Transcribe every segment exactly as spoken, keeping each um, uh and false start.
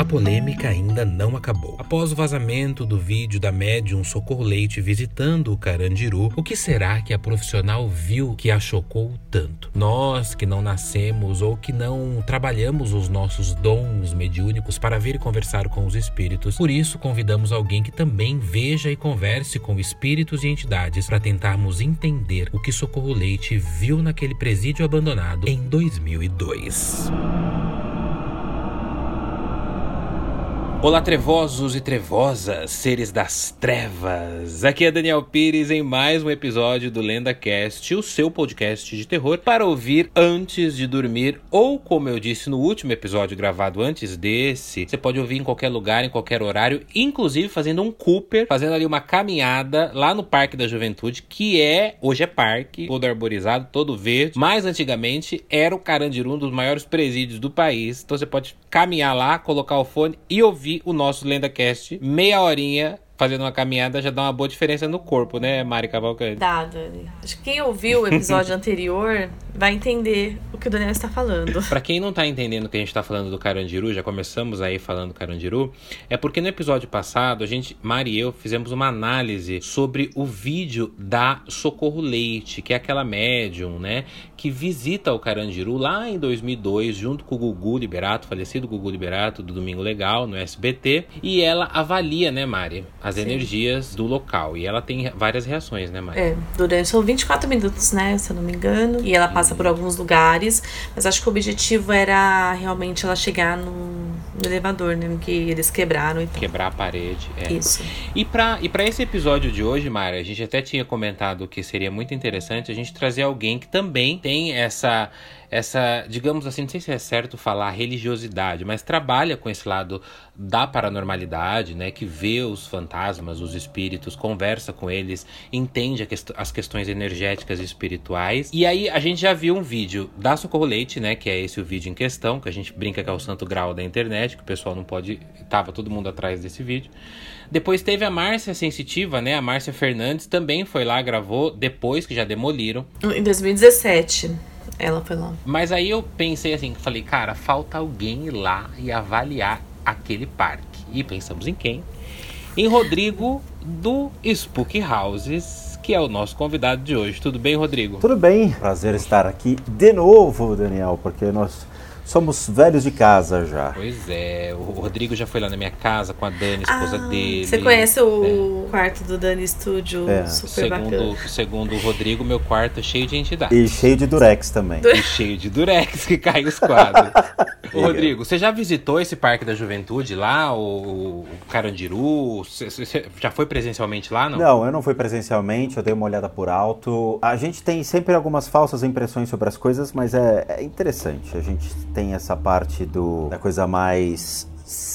A polêmica ainda não acabou. Após o vazamento do vídeo da médium Socorro Leite visitando o Carandiru, o que será que a profissional viu que a chocou tanto? Nós que não nascemos ou que não trabalhamos os nossos dons mediúnicos para ver e conversar com os espíritos, por isso convidamos alguém que também veja e converse com espíritos e entidades para tentarmos entender o que Socorro Leite viu naquele presídio abandonado em dois mil e dois. Olá, trevosos e trevosas, seres das trevas! Aqui é Daniel Pires em mais um episódio do LendaCast, o seu podcast de terror para ouvir antes de dormir, ou como eu disse no último episódio gravado antes desse, você pode ouvir em qualquer lugar, em qualquer horário, inclusive fazendo um Cooper, fazendo ali uma caminhada lá no Parque da Juventude, que é, hoje é parque, todo arborizado, todo verde, mas antigamente era o Carandiru, um dos maiores presídios do país, então você pode caminhar lá, colocar o fone e ouvir o nosso LendaCast, meia horinha, fazendo uma caminhada já dá uma boa diferença no corpo, né, Mari Cavalcante? Dá, Dani. Acho que quem ouviu o episódio anterior vai entender o que o Daniel está falando. Pra quem não tá entendendo o que a gente tá falando do Carandiru, já começamos aí falando do Carandiru, é porque no episódio passado, a gente, Mari e eu, fizemos uma análise sobre o vídeo da Socorro Leite, que é aquela médium, né, que visita o Carandiru lá em dois mil e dois, junto com o Gugu Liberato, falecido Gugu Liberato, do Domingo Legal, no S B T, e ela avalia, né, Mari, as Sim. energias do local. E ela tem várias reações, né, Mari? É, durante são vinte e quatro minutos, né, se eu não me engano. E ela passa hum. por alguns lugares, mas acho que o objetivo era realmente ela chegar no, no elevador, né, que eles quebraram. Então. Quebrar a parede. É. Isso. E pra, e pra esse episódio de hoje, Mari, a gente até tinha comentado que seria muito interessante a gente trazer alguém que também tem essa... essa, digamos assim, não sei se é certo falar religiosidade, mas trabalha com esse lado da paranormalidade, né, que vê os fantasmas, os espíritos, conversa com eles, entende a quest- as questões energéticas e espirituais. E aí a gente já viu um vídeo da Socorro Leite, né, que é esse o vídeo em questão, que a gente brinca que é o santo grau da internet, que o pessoal não pode, tava todo mundo atrás desse vídeo. Depois teve a Márcia Sensitiva, né, a Márcia Fernandes também foi lá, gravou depois que já demoliram. Em dois mil e dezessete. Ela foi lá. Mas aí eu pensei assim, falei, cara, falta alguém ir lá e avaliar aquele parque. E pensamos em quem? Em Rodrigo, do Spook Houses, que é o nosso convidado de hoje. Tudo bem, Rodrigo? Tudo bem. Prazer estar aqui de novo, Daniel, porque nós somos velhos de casa já. Pois é, o Rodrigo já foi lá na minha casa com a Dani, esposa ah, dele. Você conhece o é. quarto do Dani Studio, é. super segundo, bacana. Segundo o Rodrigo, meu quarto é cheio de entidades. E cheio de durex também. E cheio de durex que cai os quadros. Ô, Rodrigo, você já visitou esse Parque da Juventude lá, o, o Carandiru? Você, você já foi presencialmente lá, não? Não, eu não fui presencialmente, eu dei uma olhada por alto. A gente tem sempre algumas falsas impressões sobre as coisas, mas é, é interessante. A gente tem essa parte do, da coisa mais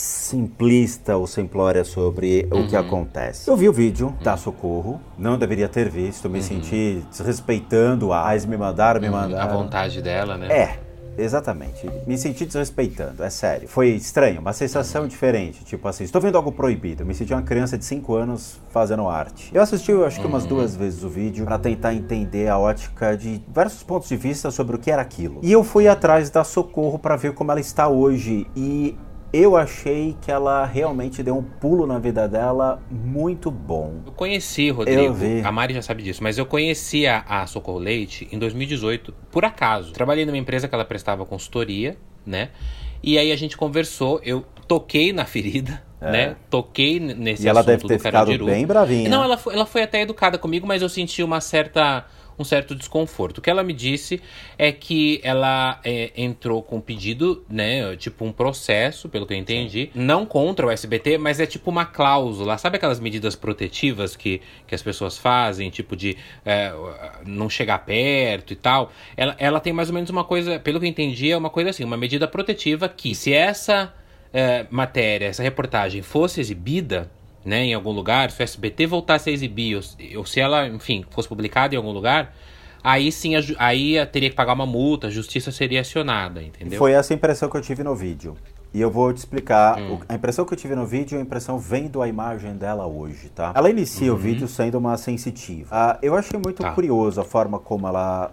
simplista ou simplória sobre uhum. o que acontece. Eu vi o vídeo uhum. da Socorro, não deveria ter visto, me uhum. senti desrespeitando a... Mas me mandaram, me uhum. mandaram. A vontade dela, né? É. Exatamente, me senti desrespeitando, é sério. Foi estranho, uma sensação diferente, tipo assim, estou vendo algo proibido, me senti uma criança de cinco anos fazendo arte. Eu assisti, eu acho que umas duas vezes o vídeo para tentar entender a ótica de diversos pontos de vista sobre o que era aquilo. E eu fui atrás da Socorro para ver como ela está hoje e eu achei que ela realmente deu um pulo na vida dela muito bom. Eu conheci, Rodrigo, eu vi. A Mari já sabe disso, mas eu conheci a, a Socorro Leite em dois mil e dezoito, por acaso. Trabalhei numa empresa que ela prestava consultoria, né? E aí a gente conversou, eu toquei na ferida, é. né? Toquei nesse e ela assunto deve ter do Carandiru. Ficado bem bravinha. Não, ela foi, ela foi até educada comigo, mas eu senti uma certa... um certo desconforto. O que ela me disse é que ela é, entrou com um pedido, né, tipo um processo, pelo que eu entendi, Sim. não contra o S B T, mas é tipo uma cláusula, sabe aquelas medidas protetivas que, que as pessoas fazem, tipo de é, não chegar perto e tal? Ela, ela tem mais ou menos uma coisa, pelo que eu entendi, é uma coisa assim, uma medida protetiva que se essa é, matéria, essa reportagem fosse exibida, né, em algum lugar, se o S B T voltasse a exibir, ou, ou se ela, enfim, fosse publicada em algum lugar, aí sim, a, aí teria que pagar uma multa, a justiça seria acionada, entendeu? Foi essa impressão que eu tive no vídeo. E eu vou te explicar, hum. o, a impressão que eu tive no vídeo, a impressão vendo a imagem dela hoje, tá? Ela inicia uhum. o vídeo sendo uma sensitiva. Uh, eu achei muito tá. curioso a forma como ela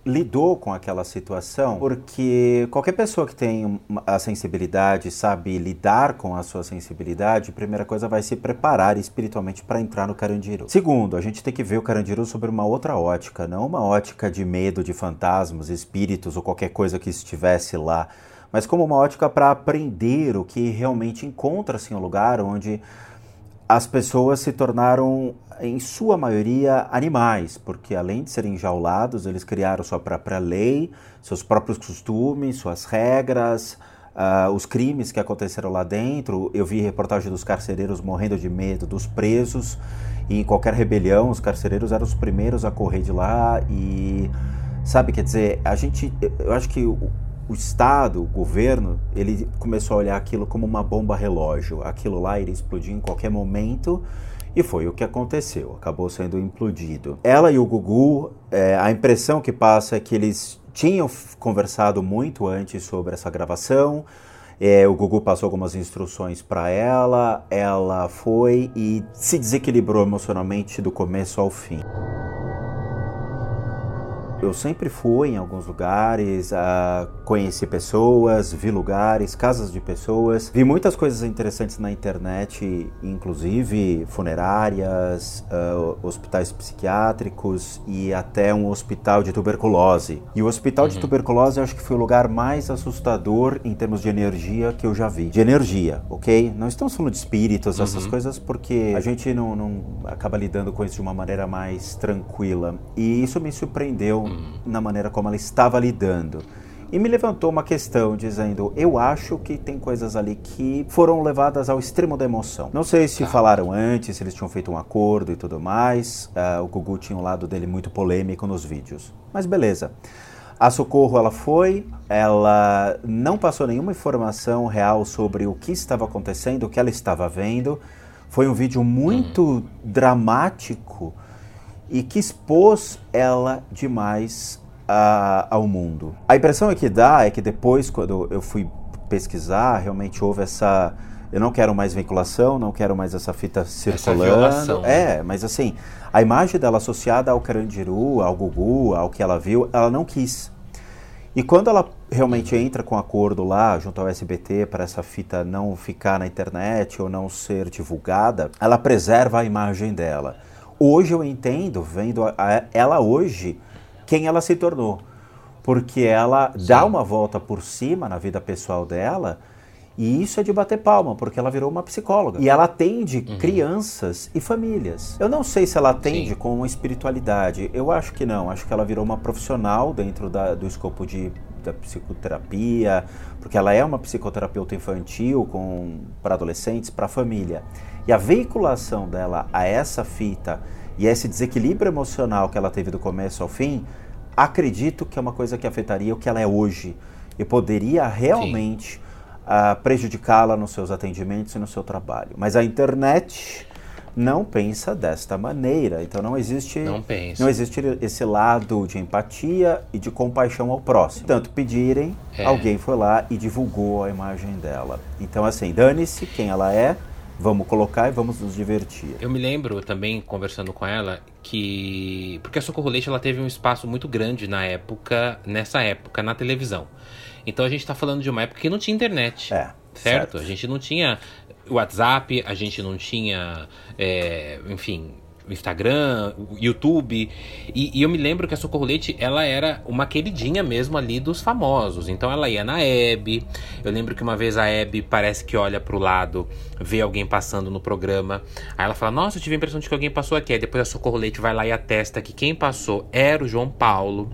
lidou com aquela situação, porque qualquer pessoa que tem a sensibilidade, sabe lidar com a sua sensibilidade, a primeira coisa vai se preparar espiritualmente para entrar no Carandiru. Segundo, a gente tem que ver o Carandiru sobre uma outra ótica, não uma ótica de medo de fantasmas, espíritos ou qualquer coisa que estivesse lá, mas como uma ótica para aprender o que realmente encontra-se em um lugar onde as pessoas se tornaram, em sua maioria, animais, porque além de serem enjaulados, eles criaram sua própria lei, seus próprios costumes, suas regras, uh, os crimes que aconteceram lá dentro. Eu vi reportagem dos carcereiros morrendo de medo dos presos, e em qualquer rebelião, os carcereiros eram os primeiros a correr de lá, e, sabe, quer dizer, a gente, eu acho que o, o Estado, o governo, ele começou a olhar aquilo como uma bomba relógio, aquilo lá iria explodir em qualquer momento. E foi o que aconteceu, acabou sendo implodido. Ela e o Gugu, é, a impressão que passa é que eles tinham conversado muito antes sobre essa gravação. É, o Gugu passou algumas instruções para ela, ela foi e se desequilibrou emocionalmente do começo ao fim. Eu sempre fui em alguns lugares, uh, conheci pessoas, vi lugares, casas de pessoas, vi muitas coisas interessantes na internet, inclusive funerárias, uh, hospitais psiquiátricos e até um hospital de tuberculose. E o hospital uhum. de tuberculose eu acho que foi o lugar mais assustador em termos de energia que eu já vi. De energia, ok? Não estamos falando de espíritos, uhum. essas coisas, porque a gente não, não acaba lidando com isso de uma maneira mais tranquila. E isso me surpreendeu na maneira como ela estava lidando. E me levantou uma questão dizendo, eu acho que tem coisas ali que foram levadas ao extremo da emoção. Não sei se ah. falaram antes, se eles tinham feito um acordo e tudo mais. Uh, o Gugu tinha um lado dele muito polêmico nos vídeos. Mas beleza. A Socorro, ela foi, ela não passou nenhuma informação real sobre o que estava acontecendo, o que ela estava vendo. Foi um vídeo muito uhum. dramático e que expôs ela demais uh, ao mundo. A impressão é que dá é que depois, quando eu fui pesquisar, realmente houve essa... Eu não quero mais vinculação, não quero mais essa fita circulando. Essa violação, é, né? Mas assim, a imagem dela associada ao Carandiru, ao Gugu, ao que ela viu, ela não quis. E quando ela realmente entra com acordo lá, junto ao S B T, para essa fita não ficar na internet ou não ser divulgada, ela preserva a imagem dela. Hoje eu entendo, vendo a, a, ela hoje, quem ela se tornou. Porque ela Sim. dá uma volta por cima na vida pessoal dela, e isso é de bater palma, porque ela virou uma psicóloga. E ela atende uhum. crianças e famílias. Eu não sei se ela atende Sim. com espiritualidade, eu acho que não. Acho que ela virou uma profissional dentro da, do escopo de, da psicoterapia, porque ela é uma psicoterapeuta infantil para adolescentes, para a família. E a veiculação dela a essa fita e esse desequilíbrio emocional que ela teve do começo ao fim, acredito que é uma coisa que afetaria o que ela é hoje e poderia realmente uh, prejudicá-la nos seus atendimentos e no seu trabalho. Mas a internet não pensa desta maneira, então não existe, não, pensa. não existe esse lado de empatia e de compaixão ao próximo. Tanto pedirem, é. alguém foi lá e divulgou a imagem dela. Então assim, dane-se quem ela é, vamos colocar e vamos nos divertir. Eu me lembro também, conversando com ela, que... Porque a Socorro Leite, ela teve um espaço muito grande na época, nessa época, na televisão. Então a gente tá falando de uma época que não tinha internet. É, certo? certo. A gente não tinha WhatsApp, a gente não tinha, é, enfim... Instagram, YouTube, e, e eu me lembro que a Socorro Leite, ela era uma queridinha mesmo ali dos famosos, então ela ia na Hebe. Eu lembro que uma vez a Hebe parece que olha pro lado, vê alguém passando no programa, aí ela fala, nossa, eu tive a impressão de que alguém passou aqui, aí depois a Socorro Leite vai lá e atesta que quem passou era o João Paulo,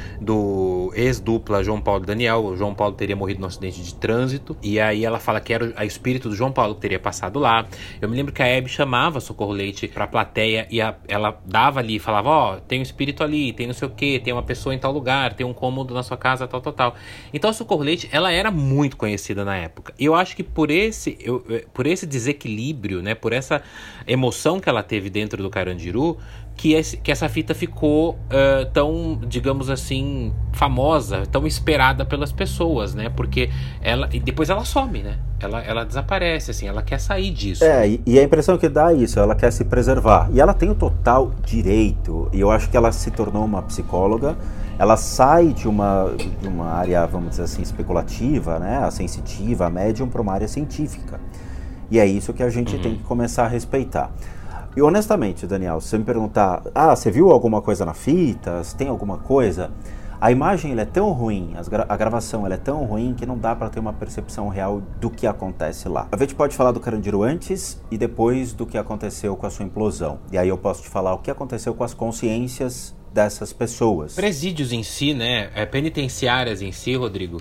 do ex-dupla João Paulo e Daniel. O João Paulo teria morrido num acidente de trânsito, e aí ela fala que era o espírito do João Paulo que teria passado lá. Eu me lembro que a Hebe chamava a Socorro Leite pra plateia e a, ela dava ali, falava, ó, oh, tem um espírito ali, tem não sei o que, tem uma pessoa em tal lugar, tem um cômodo na sua casa, tal, tal, tal. Então a Socorro Leite, ela era muito conhecida na época. E eu acho que por esse, eu, por esse desequilíbrio, né, por essa emoção que ela teve dentro do Carandiru, que, esse, que essa fita ficou uh, tão, digamos assim, famosa, tão esperada pelas pessoas, né? Porque ela, e depois ela some, né? Ela, ela desaparece, assim, ela quer sair disso. É, e, e a impressão que dá é isso, ela quer se preservar. E ela tem o total direito, e eu acho que ela se tornou uma psicóloga, ela sai de uma, de uma área, vamos dizer assim, especulativa, né, a sensitiva, a médium, para uma área científica. E é isso que a gente uhum. tem que começar a respeitar. E honestamente, Daniel, se você me perguntar, ah, você viu alguma coisa na fita? Você tem alguma coisa? A imagem ela é tão ruim, gra a gravação ela é tão ruim que não dá para ter uma percepção real do que acontece lá. A gente pode falar do Carandiru antes e depois do que aconteceu com a sua implosão. E aí eu posso te falar o que aconteceu com as consciências dessas pessoas. Presídios em si, né, penitenciárias em si, Rodrigo,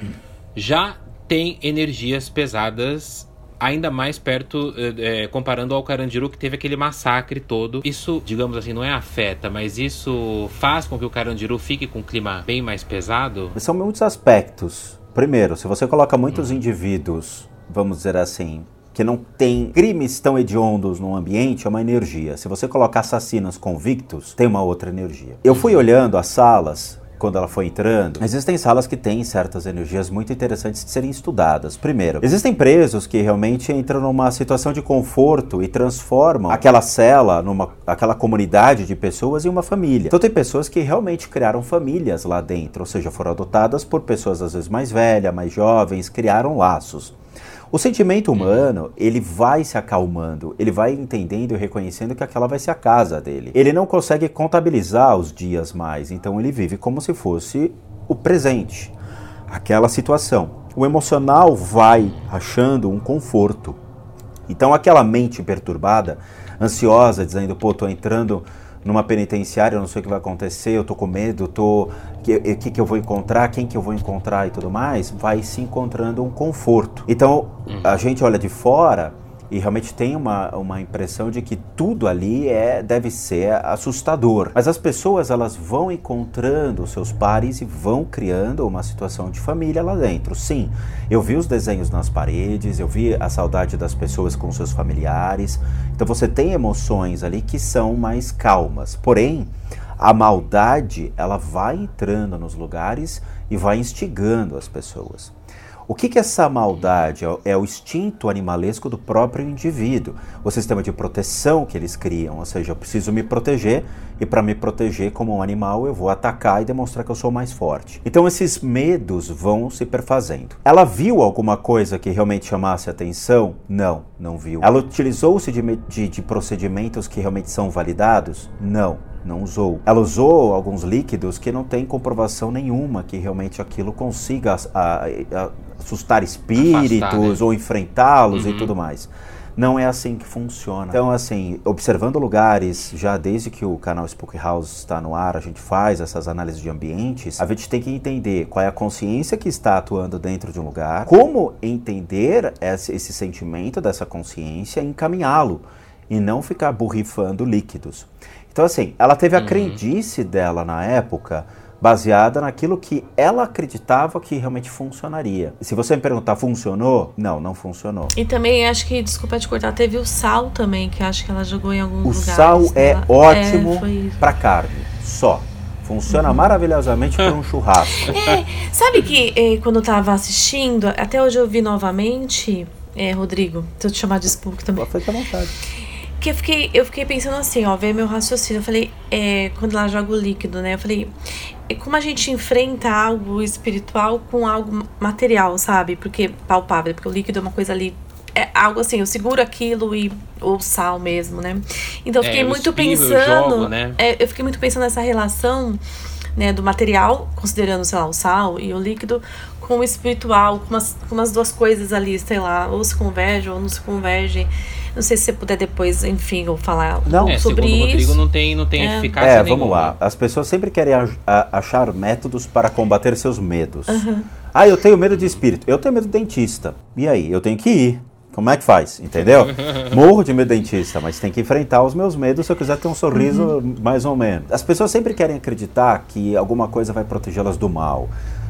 já tem energias pesadas, ainda mais perto, é, comparando ao Carandiru, que teve aquele massacre todo. Isso, digamos assim, não é afeta, mas isso faz com que o Carandiru fique com um clima bem mais pesado? São muitos aspectos. Primeiro, se você coloca muitos hum. indivíduos, vamos dizer assim, que não tem crimes tão hediondos no ambiente, é uma energia. Se você coloca assassinos convictos, tem uma outra energia. Eu fui olhando as salas quando ela foi entrando. Existem salas que têm certas energias muito interessantes de serem estudadas. Primeiro, existem presos que realmente entram numa situação de conforto e transformam aquela cela, numa, aquela comunidade de pessoas em uma família. Então tem pessoas que realmente criaram famílias lá dentro, ou seja, foram adotadas por pessoas às vezes mais velhas, mais jovens, criaram laços. O sentimento humano, ele vai se acalmando, ele vai entendendo e reconhecendo que aquela vai ser a casa dele. Ele não consegue contabilizar os dias mais, então ele vive como se fosse o presente, aquela situação. O emocional vai achando um conforto. Então aquela mente perturbada, ansiosa, dizendo, pô, tô entrando numa penitenciária, eu não sei o que vai acontecer, eu tô com medo, tô... o que, que, que eu vou encontrar, quem que eu vou encontrar e tudo mais, vai se encontrando um conforto. Então, a gente olha de fora e realmente tem uma, uma impressão de que tudo ali é, deve ser assustador. Mas as pessoas, elas vão encontrando os seus pares e vão criando uma situação de família lá dentro. Sim, eu vi os desenhos nas paredes, eu vi a saudade das pessoas com seus familiares. Então você tem emoções ali que são mais calmas. Porém, a maldade, ela vai entrando nos lugares e vai instigando as pessoas. O que que é essa maldade? É o instinto animalesco do próprio indivíduo, o sistema de proteção que eles criam, ou seja, eu preciso me proteger e para me proteger como um animal eu vou atacar e demonstrar que eu sou mais forte. Então esses medos vão se perfazendo. Ela viu alguma coisa que realmente chamasse atenção? Não, não viu. Ela utilizou-se de, de, de procedimentos que realmente são validados? Não. Não usou. Ela usou alguns líquidos que não tem comprovação nenhuma que realmente aquilo consiga a, a, assustar espíritos, afastar, né? Ou enfrentá-los, uhum. E tudo mais. Não é assim que funciona. Então, assim, observando lugares, já desde que o canal Spook House está no ar, a gente faz essas análises de ambientes, a gente tem que entender qual é a consciência que está atuando dentro de um lugar, como entender esse, esse sentimento dessa consciência e encaminhá-lo, e não ficar borrifando líquidos. Então, assim, ela teve a uhum. crendice dela na época baseada naquilo que ela acreditava que realmente funcionaria. E se você me perguntar, funcionou? Não, não funcionou. E também, acho que, desculpa te cortar, teve o sal também, que acho que ela jogou em alguns o lugares. O sal é ela... ótimo é, para carne, só. Funciona uhum. maravilhosamente para um churrasco. É, sabe que é, quando eu tava assistindo, até hoje eu vi novamente, é, Rodrigo, se eu te chamar de Spook também. Pode ficar à vontade. Que eu fiquei, eu fiquei pensando assim, ó, veio meu raciocínio, eu falei, é, quando ela joga o líquido, né, eu falei, é como a gente enfrenta algo espiritual com algo material, sabe, porque palpável, porque o líquido é uma coisa ali, é algo assim, eu seguro aquilo e, ou sal mesmo, né, então eu fiquei é, muito espirro, pensando, eu, jogo, né? é, eu fiquei muito pensando nessa relação, né, do material, considerando, sei lá, o sal e o líquido, com o espiritual, com umas, com umas duas coisas ali, sei lá, ou se convergem ou não se convergem. Não sei se você puder depois, enfim, eu falar não, é, sobre segundo isso. O Rodrigo não tem, não tem é. eficácia É, nenhuma. vamos lá. As pessoas sempre querem a, a, achar métodos para combater seus medos. Uhum. Ah, eu tenho medo de espírito. Eu tenho medo de dentista. E aí? Eu tenho que ir. Como é que faz? Entendeu? Morro de medo de dentista, mas tem que enfrentar os meus medos se eu quiser ter um sorriso uhum. mais ou menos. As pessoas sempre querem acreditar que alguma coisa vai protegê-las do mal.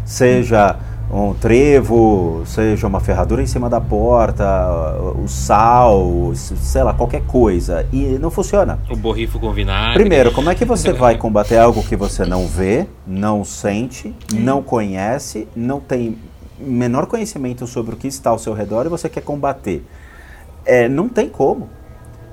Seja um trevo, seja uma ferradura em cima da porta, o sal, sei lá, qualquer coisa. E não funciona. O borrifo com vinagre. Primeiro, como é que você vai combater algo que você não vê, não sente, não conhece, não tem menor conhecimento sobre o que está ao seu redor e você quer combater? É, não tem como.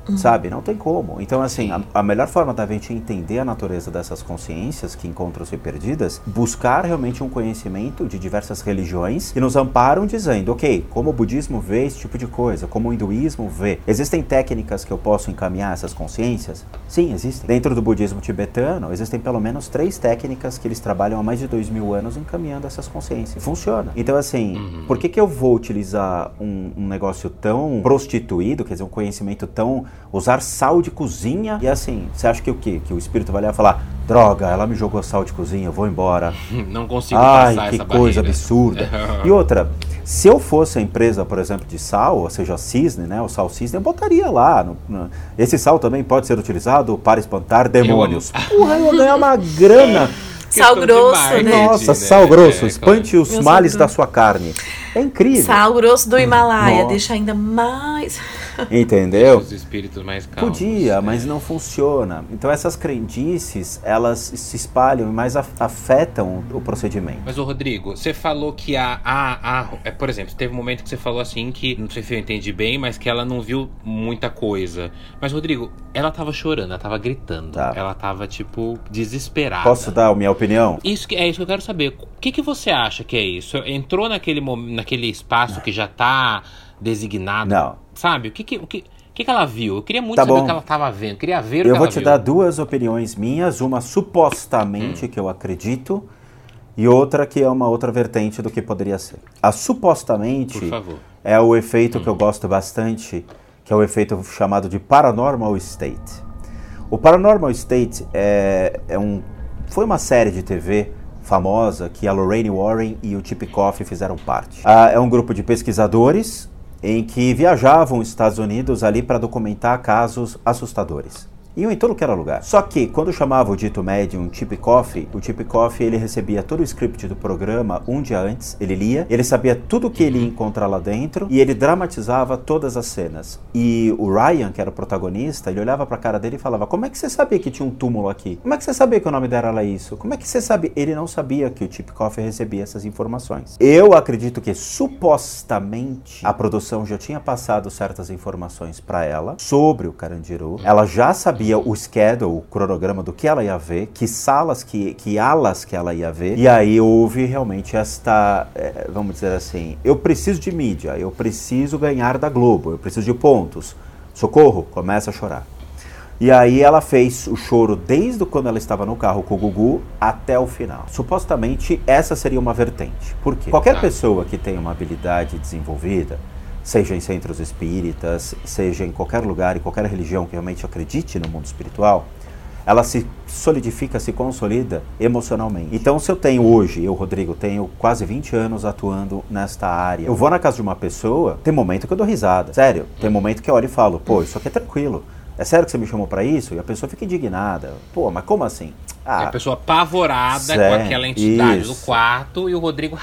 Uhum. Sabe? Não tem como. Então, assim, a, a melhor forma da gente entender a natureza dessas consciências que encontram-se perdidas, buscar realmente um conhecimento de diversas religiões que nos amparam dizendo, ok, como o budismo vê esse tipo de coisa, como o hinduísmo vê. Existem técnicas que eu posso encaminhar essas consciências? Sim, existem. Dentro do budismo tibetano, existem pelo menos três técnicas que eles trabalham há mais de dois mil anos encaminhando essas consciências. Funciona. Então, assim, uhum. por que que eu vou utilizar um, um negócio tão prostituído, quer dizer, um conhecimento tão... usar sal de cozinha e assim, você acha que o quê? Que o espírito vai lá e falar, droga, ela me jogou sal de cozinha, eu vou embora. Não consigo Ai, passar que essa coisa barreira. absurda. E outra, se eu fosse a empresa, por exemplo, de sal, ou seja, a Cisne, né, o sal Cisne, eu botaria lá. No, no, esse sal também pode ser utilizado para espantar demônios. Eu... Porra, eu vou ganhar uma grana. Sal grosso, né? Nossa, sal grosso, espante os males da sua carne. É incrível. Sal grosso do Himalaia, Nossa. Deixa ainda mais... Entendeu? Os espíritos mais calmos. Podia, é. Mas não funciona. Então essas crendices, elas se espalham e mais afetam o procedimento. Mas, ô Rodrigo, você falou que a, a, a... É, por exemplo, teve um momento que você falou assim que, não sei se eu entendi bem, mas que ela não viu muita coisa. Mas, Rodrigo, ela tava chorando, ela tava gritando. Tá. Ela tava, tipo, desesperada. Posso dar a minha opinião? Isso que, é isso que eu quero saber. O que, que você acha que é isso? Entrou naquele, naquele espaço que já tá designado? Não. Sabe? O que que, o que, o que que ela viu? Eu queria muito tá saber bom. o que ela estava vendo. Eu queria ver o eu que ela viu. Eu vou te dar duas opiniões minhas. Uma supostamente hum. que eu acredito e outra que é uma outra vertente do que poderia ser. A supostamente Por favor. é o efeito hum. que eu gosto bastante, que é o efeito chamado de Paranormal State. O Paranormal State é, é um, foi uma série de T V famosa que a Lorraine Warren e o Chip Coffey fizeram parte. Ah, é um grupo de pesquisadores em que viajavam os Estados Unidos ali para documentar casos assustadores. Iam em todo que era lugar. Só que, quando chamava o dito médium Chip Coffey, o Chip Coffey, ele recebia todo o script do programa um dia antes, ele lia, ele sabia tudo o que ele ia encontrar lá dentro e ele dramatizava todas as cenas. E o Ryan, que era o protagonista, ele olhava pra cara dele e falava, como é que você sabia que tinha um túmulo aqui? Como é que você sabia que o nome dela era isso? Como é que você sabia? Ele não sabia que o Chip Coffey recebia essas informações. Eu acredito que, supostamente, a produção já tinha passado certas informações pra ela sobre o Carandiru. Ela já sabia o schedule, o cronograma do que ela ia ver, que salas, que, que alas que ela ia ver, e aí houve realmente esta, é, vamos dizer assim, eu preciso de mídia, eu preciso ganhar da Globo, eu preciso de pontos, socorro, começa a chorar. E aí ela fez o choro desde quando ela estava no carro com o Gugu até o final. Supostamente essa seria uma vertente. Por quê? Qualquer pessoa que tenha uma habilidade desenvolvida, seja em centros espíritas, seja em qualquer lugar, em qualquer religião que realmente acredite no mundo espiritual, ela se solidifica, se consolida emocionalmente. Então, se eu tenho hoje, eu, Rodrigo, tenho quase vinte anos atuando nesta área, eu vou na casa de uma pessoa, tem momento que eu dou risada. Sério, tem momento que eu olho e falo, pô, isso aqui é tranquilo. É sério que você me chamou pra isso? E a pessoa fica indignada. Pô, mas como assim? Ah, é a pessoa apavorada sério, com aquela entidade isso. do quarto e o Rodrigo...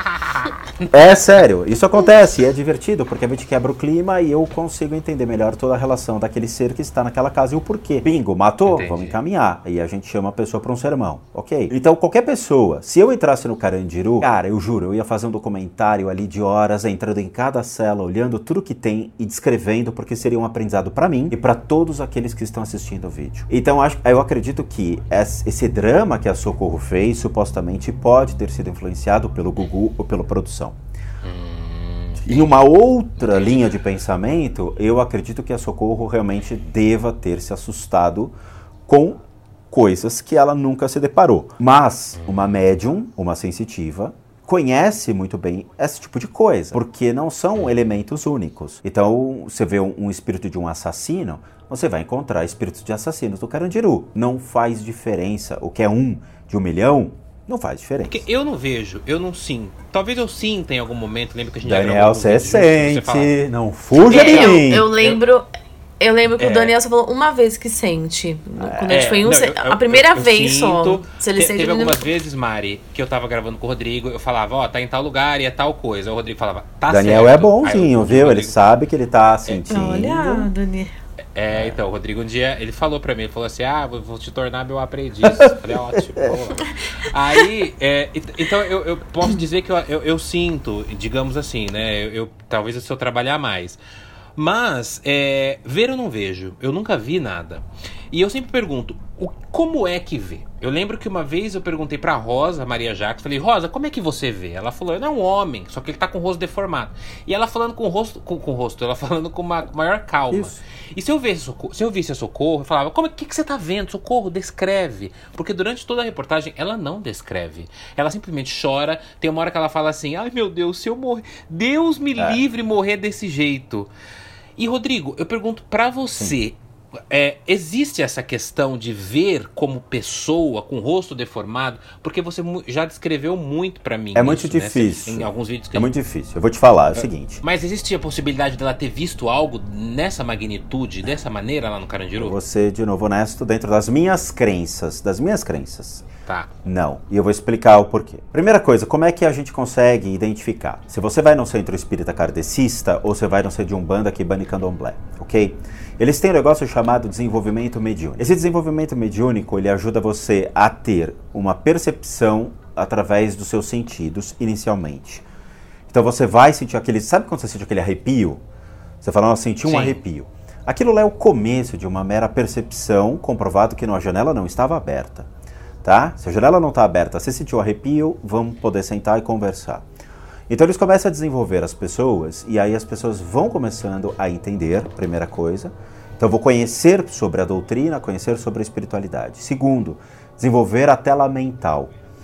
É sério, isso acontece e é divertido porque a gente quebra o clima e eu consigo entender melhor toda a relação daquele ser que está naquela casa e o porquê. Bingo, matou? Entendi. Vamos encaminhar. E a gente chama a pessoa para um sermão, ok? Então qualquer pessoa, se eu entrasse no Carandiru, cara, eu juro, eu ia fazer um documentário ali de horas, entrando em cada cela, olhando tudo que tem e descrevendo, porque seria um aprendizado para mim e para todos aqueles que estão assistindo o vídeo. Então acho, eu acredito que esse drama que a Socorro fez, supostamente, pode ter sido influenciado pelo Gugu ou pela produção. Hum, em uma outra entendi. linha de pensamento, eu acredito que a Socorro realmente deva ter se assustado com coisas que ela nunca se deparou. Mas uma médium, uma sensitiva, conhece muito bem esse tipo de coisa, porque não são elementos únicos. Então, você vê um, um espírito de um assassino, você vai encontrar espíritos de assassinos do Carandiru. Não faz diferença. O que é um de um milhão, não faz diferença. Porque eu não vejo, eu não sinto. Talvez eu sinta em algum momento, lembra que a gente Daniel, já gravou você sente, você não fuja é, de eu, mim. Eu lembro... Eu... Eu lembro que é. o Daniel só falou uma vez que sente. Quando a gente é, foi em um... Não, se... eu, a primeira eu, eu vez sinto, só. Se ele te, seja teve ele algumas não... vezes, Mari, que eu tava gravando com o Rodrigo, eu falava, ó, oh, tá em tal lugar e é tal coisa. Aí o Rodrigo falava, tá Daniel certo. é bonzinho, viu? Rodrigo... Ele sabe que ele tá sentindo. Olha, Daniel. É, então, o Rodrigo um dia, ele falou pra mim, ele falou assim, ah, vou te tornar meu aprendiz. Eu falei, ótimo, vamos lá. Aí, é, então eu, eu posso dizer que eu, eu, eu sinto, digamos assim, né, eu, eu, talvez se eu trabalhar mais, Mas, é, ver eu não vejo. Eu nunca vi nada. E eu sempre pergunto, o, como é que vê? Eu lembro que uma vez eu perguntei pra Rosa, Maria Jacques, falei, Rosa, como é que você vê? Ela falou, ele é um homem, só que ele tá com o rosto deformado. E ela falando com o rosto, com, com o rosto, ela falando com uma maior calma. Isso. E se eu visse Socorro, se eu visse a Socorro, eu falava, como é que, que você tá vendo? Socorro, descreve. Porque durante toda a reportagem, ela não descreve. Ela simplesmente chora. Tem uma hora que ela fala assim, ai meu Deus, se eu morrer, Deus me é. livre morrer desse jeito. E Rodrigo, eu pergunto pra você, é, existe essa questão de ver como pessoa com o rosto deformado? Porque você já descreveu muito pra mim. É muito isso, difícil. Né? Em alguns vídeos que é muito difícil. Eu vou te falar é o seguinte. Mas existe a possibilidade dela ter visto algo nessa magnitude, dessa maneira lá no Carandiru? Eu vou ser, de novo, honesto dentro das minhas crenças. Das minhas crenças. Tá. Não. E eu vou explicar o porquê. Primeira coisa, como é que a gente consegue identificar? Se você vai no centro espírita kardecista ou você vai no centro de Umbanda, Kibana e Candomblé, ok? Eles têm um negócio chamado desenvolvimento mediúnico. Esse desenvolvimento mediúnico, ele ajuda você a ter uma percepção através dos seus sentidos, inicialmente. Então você vai sentir aquele... Sabe quando você sente aquele arrepio? Você fala, nossa, senti um Sim. arrepio. Aquilo lá é o começo de uma mera percepção, comprovado que a janela não estava aberta. Tá? Se a janela não está aberta, você sentiu um arrepio, vamos poder sentar e conversar. Então eles começam a desenvolver as pessoas, e aí as pessoas vão começando a entender, primeira coisa. Então eu vou conhecer sobre a doutrina, conhecer sobre a espiritualidade. Segundo, desenvolver a tela mental.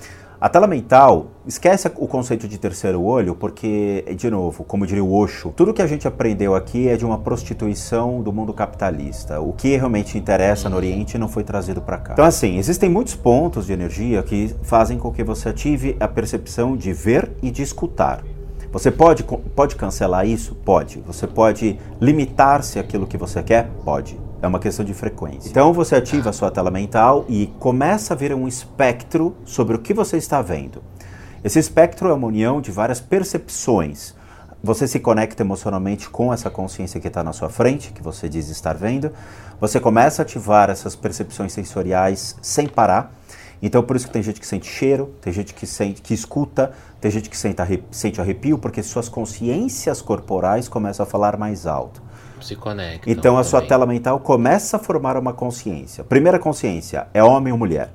A tela mental, esquece o conceito de terceiro olho, porque, de novo, como diria o Osho, tudo que a gente aprendeu aqui é de uma prostituição do mundo capitalista. O que realmente interessa no Oriente não foi trazido para cá. Então, assim, existem muitos pontos de energia que fazem com que você ative a percepção de ver e de escutar. Você pode, pode cancelar isso? Pode. Você pode limitar-se àquilo que você quer? Pode. É uma questão de frequência. Então você ativa a sua tela mental e começa a ver um espectro sobre o que você está vendo. Esse espectro é uma união de várias percepções. Você se conecta emocionalmente com essa consciência que está na sua frente, que você diz estar vendo. Você começa a ativar essas percepções sensoriais sem parar. Então por isso que tem gente que sente cheiro, tem gente que, sente, que escuta, tem gente que sente arrepio, sente arrepio, porque suas consciências corporais começam a falar mais alto. Se conectam. Então a também. sua tela mental começa a formar uma consciência. Primeira consciência, é homem ou mulher?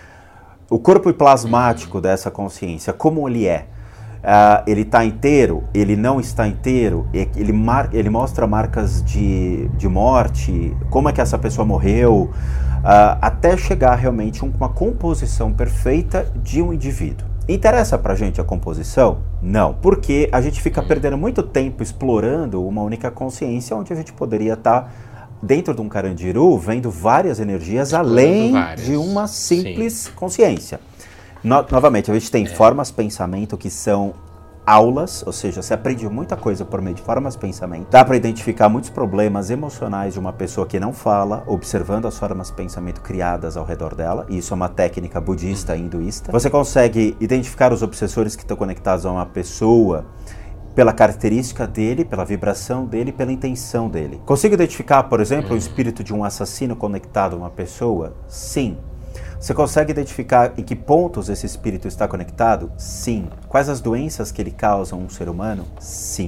O corpo plasmático uhum. dessa consciência, como ele é? Uh, ele está inteiro? Ele não está inteiro? Ele, mar, ele mostra marcas de, de morte? Como é que essa pessoa morreu? Uh, até chegar realmente a uma composição perfeita de um indivíduo. Interessa pra gente a composição? Não, porque a gente fica perdendo muito tempo explorando uma única consciência, onde a gente poderia estar dentro de um Carandiru vendo várias energias além várias. de uma simples Sim. consciência. No, novamente, a gente tem é. formas pensamento que são aulas, ou seja, você aprende muita coisa por meio de formas de pensamento. Dá para identificar muitos problemas emocionais de uma pessoa que não fala, observando as formas de pensamento criadas ao redor dela. E isso é uma técnica budista e hinduísta. Você consegue identificar os obsessores que estão conectados a uma pessoa pela característica dele, pela vibração dele, pela intenção dele. Consigo identificar, por exemplo, o espírito de um assassino conectado a uma pessoa? Sim. Você consegue identificar em que pontos esse espírito está conectado? Sim. Quais as doenças que ele causa a um ser humano? Sim.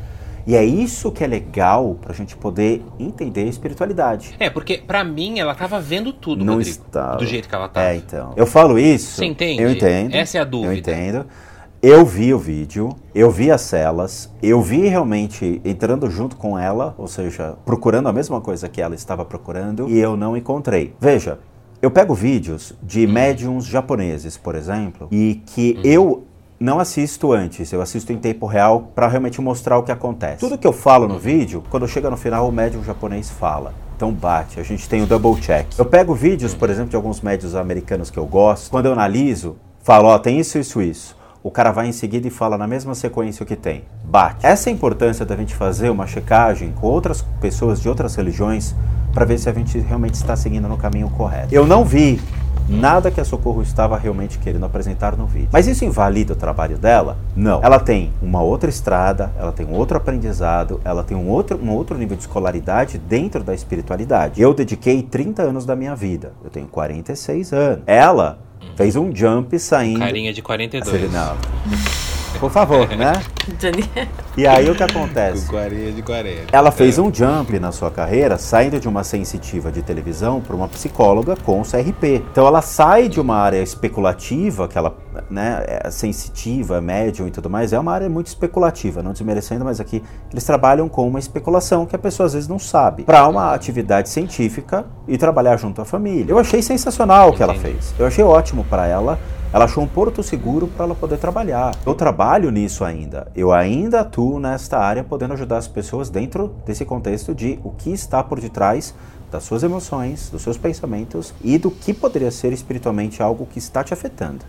E é isso que é legal pra gente poder entender a espiritualidade. É, porque pra mim ela tava vendo tudo, Não Rodrigo, estava. do jeito que ela tava. É, então. Eu falo isso... Você entende? Eu entendo. Essa é a dúvida. Eu entendo. Eu vi o vídeo, eu vi as celas, eu vi realmente entrando junto com ela, ou seja, procurando a mesma coisa que ela estava procurando, e eu não encontrei. Veja, eu pego vídeos de uhum. médiums japoneses, por exemplo, e que uhum. eu não assisto antes, eu assisto em tempo real para realmente mostrar o que acontece. Tudo que eu falo no uhum. vídeo, quando chega no final, o médium japonês fala. Então bate, a gente tem o double check. Eu pego vídeos, por exemplo, de alguns médiums americanos que eu gosto, quando eu analiso, falo, ó, oh, tem isso, isso, isso. O cara vai em seguida e fala na mesma sequência o que tem. Bate. Essa é a importância da gente fazer uma checagem com outras pessoas de outras religiões para ver se a gente realmente está seguindo no caminho correto. Eu não vi nada que a Socorro estava realmente querendo apresentar no vídeo. Mas isso invalida o trabalho dela? Não. Ela tem uma outra estrada, ela tem um outro aprendizado, ela tem um outro, um outro nível de escolaridade dentro da espiritualidade. Eu dediquei trinta anos da minha vida. Eu tenho quarenta e seis anos. Ela fez um jump saindo... Carinha de quarenta e dois. Não. por favor, né? Daniel. E aí o que acontece? Com Guarinha de Guaré. Ela fez um jump na sua carreira, saindo de uma sensitiva de televisão para uma psicóloga com C R P. Então ela sai de uma área especulativa, que ela, né, é sensitiva, médium e tudo mais, é uma área muito especulativa, não desmerecendo, mas aqui eles trabalham com uma especulação que a pessoa às vezes não sabe, para uma atividade científica e trabalhar junto à família. Eu achei sensacional o que ela fez. Eu achei ótimo para ela. Ela achou um porto seguro para ela poder trabalhar. Eu trabalho nisso ainda. Eu ainda atuo nesta área, podendo ajudar as pessoas dentro desse contexto de o que está por detrás das suas emoções, dos seus pensamentos e do que poderia ser espiritualmente algo que está te afetando.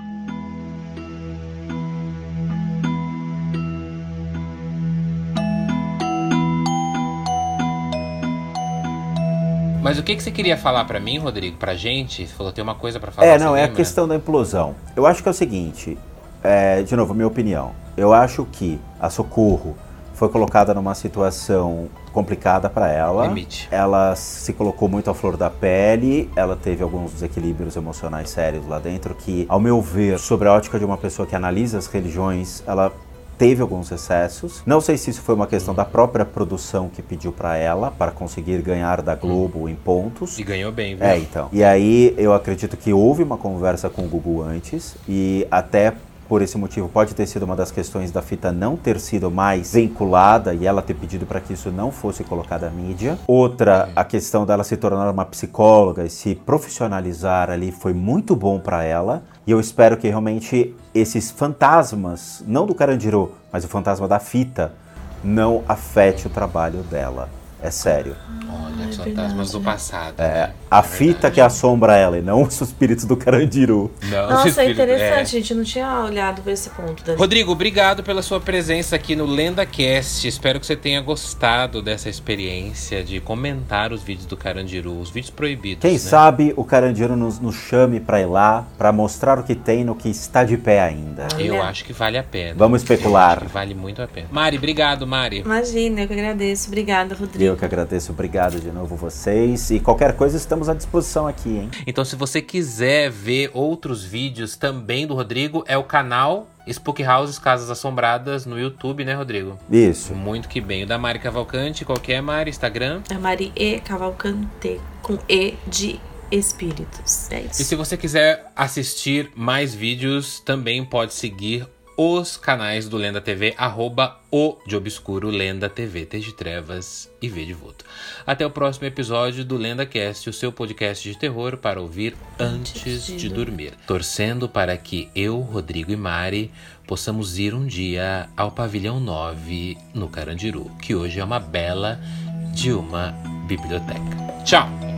Mas o que, que você queria falar pra mim, Rodrigo? Pra gente? Você falou que tem uma coisa pra falar. É, não, é lembra? a questão da implosão. Eu acho que é o seguinte, é, de novo, minha opinião. Eu acho que a Socorro foi colocada numa situação complicada para ela. Limite. Ela se colocou muito à flor da pele, ela teve alguns desequilíbrios emocionais sérios lá dentro que, ao meu ver, sobre a ótica de uma pessoa que analisa as religiões, ela teve alguns excessos. Não sei se isso foi uma questão da própria produção que pediu para ela, para conseguir ganhar da Globo hum. em pontos. E ganhou bem, viu? É, então. E aí eu acredito que houve uma conversa com o Gugu antes, e até por esse motivo pode ter sido uma das questões da fita não ter sido mais vinculada e ela ter pedido para que isso não fosse colocado à mídia. Outra, a questão dela se tornar uma psicóloga e se profissionalizar ali foi muito bom para ela. E eu espero que realmente esses fantasmas, não do Carandiru, mas o fantasma da fita, não afete o trabalho dela. É sério. Olha, os é fantasmas do passado. É, né? a É fita verdade. que assombra ela e não os espíritos do Carandiru. Não, Nossa, é espírito- interessante, é. gente. Eu não tinha olhado por esse ponto. Dani. Rodrigo, obrigado pela sua presença aqui no LendaCast. Espero que você tenha gostado dessa experiência de comentar os vídeos do Carandiru, os vídeos proibidos. Quem né? sabe o Carandiru nos, nos chame pra ir lá, pra mostrar o que tem no que está de pé ainda. Eu Olha. acho que vale a pena. Vamos especular. Eu acho que vale muito a pena. Mari, obrigado, Mari. Imagina, eu que agradeço. Obrigada, Rodrigo. Eu que agradeço, obrigado de novo vocês. E qualquer coisa estamos à disposição aqui, hein? Então, se você quiser ver outros vídeos também do Rodrigo, é o canal Spook Houses Casas Assombradas no YouTube, né, Rodrigo? Isso. Muito que bem. O da Mari Cavalcante, qual que é, Mari? Instagram? É Mari E Cavalcante, com E de espíritos. É E isso. se você quiser assistir mais vídeos, também pode seguir os canais do Lenda T V, arroba o de obscuro Lenda T V, T de trevas e V de vulto. Até o próximo episódio do LendaCast, o seu podcast de terror para ouvir antes, Antes de de dormir. Torcendo para que eu, Rodrigo e Mari possamos ir um dia ao Pavilhão nove no Carandiru, que hoje é uma bela de uma biblioteca. Tchau!